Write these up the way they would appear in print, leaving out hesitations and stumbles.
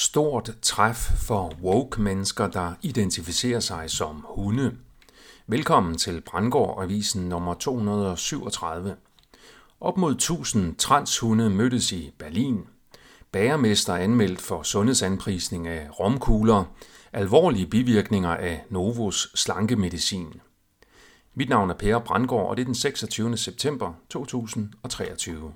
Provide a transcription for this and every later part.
Stort træf for woke-mennesker, der identificerer sig som hunde. Velkommen til Brandgård-avisen nummer 237. Op mod 1000 transhunde mødtes i Berlin. Bagermester anmeldt for sundhedsanprisning af romkugler. Alvorlige bivirkninger af Novos slankemedicin. Mit navn er Per Brandgård, og det er den 26. september 2023.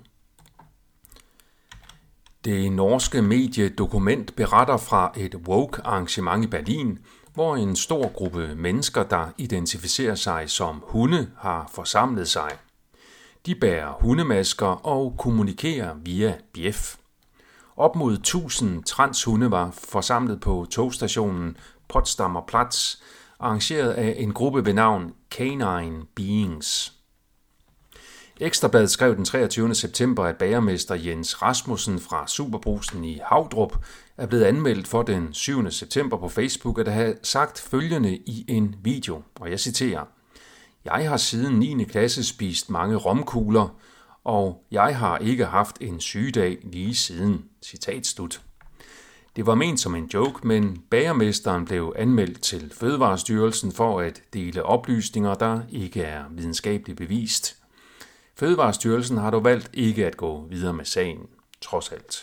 Det norske medie Dokument beretter fra et woke-arrangement i Berlin, hvor en stor gruppe mennesker, der identificerer sig som hunde, har forsamlet sig. De bærer hundemasker og kommunikerer via bjef. Op mod 1000 transhunde var forsamlet på togstationen Potsdamer Platz, arrangeret af en gruppe ved navn Canine Beings. Ekstrabladet skrev den 23. september, at bagermester Jens Rasmussen fra Superbrugsen i Havdrup er blevet anmeldt for den 7. september på Facebook, at have sagt følgende i en video, og jeg citerer: "Jeg har siden 9. klasse spist mange romkugler, og jeg har ikke haft en sygedag lige siden." Citat slut. Det var ment som en joke, men bagermesteren blev anmeldt til Fødevarestyrelsen for at dele oplysninger, der ikke er videnskabeligt bevist. Fødevarestyrelsen har dog valgt ikke at gå videre med sagen, trods alt.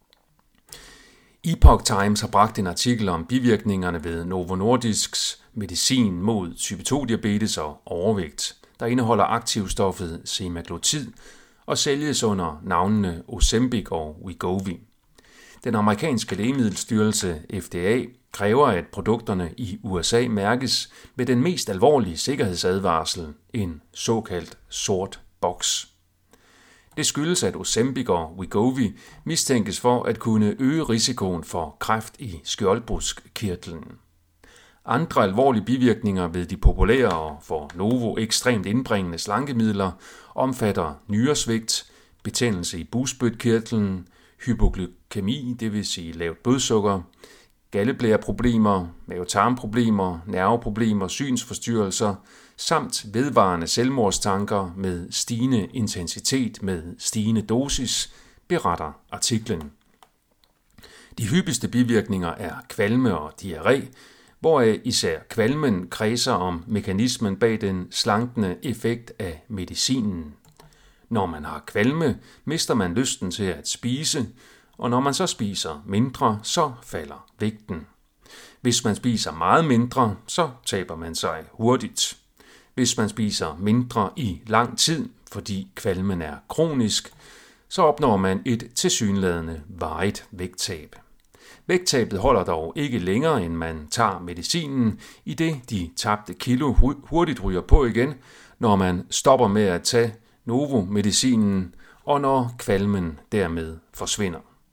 Epoch Times har bragt en artikel om bivirkningerne ved Novo Nordisks medicin mod type 2-diabetes og overvægt, der indeholder aktivstoffet semaglutid og sælges under navnene Ozempic og Wegovy. Den amerikanske lægemiddelstyrelse FDA kræver, at produkterne i USA mærkes med den mest alvorlige sikkerhedsadvarsel, en såkaldt sort boks. Det skyldes, at Ozempic og Wegovy mistænkes for at kunne øge risikoen for kræft i skjoldbruskkirtlen. Andre alvorlige bivirkninger ved de populære og for Novo ekstremt indbringende slankemidler omfatter nyresvigt, betændelse i bugspytkirtlen, hypoglykemi, dvs. lavt blodsukker, galdeblæreproblemer, mavetarmproblemer, nerveproblemer, synsforstyrrelser samt vedvarende selvmordstanker med stigende intensitet med stigende dosis, beretter artiklen. De hyppigste bivirkninger er kvalme og diarré, hvoraf især kvalmen kredser om mekanismen bag den slankende effekt af medicinen. Når man har kvalme, mister man lysten til at spise, og når man så spiser mindre, så falder vægten. Hvis man spiser meget mindre, så taber man sig hurtigt. Hvis man spiser mindre i lang tid, fordi kvalmen er kronisk, så opnår man et tilsyneladende varigt vægttab. Vægttabet holder dog ikke længere, end man tager medicinen, idet de tabte kilo hurtigt ryger på igen, når man stopper med at tage Novo-medicinen, og når kvalmen dermed forsvinder.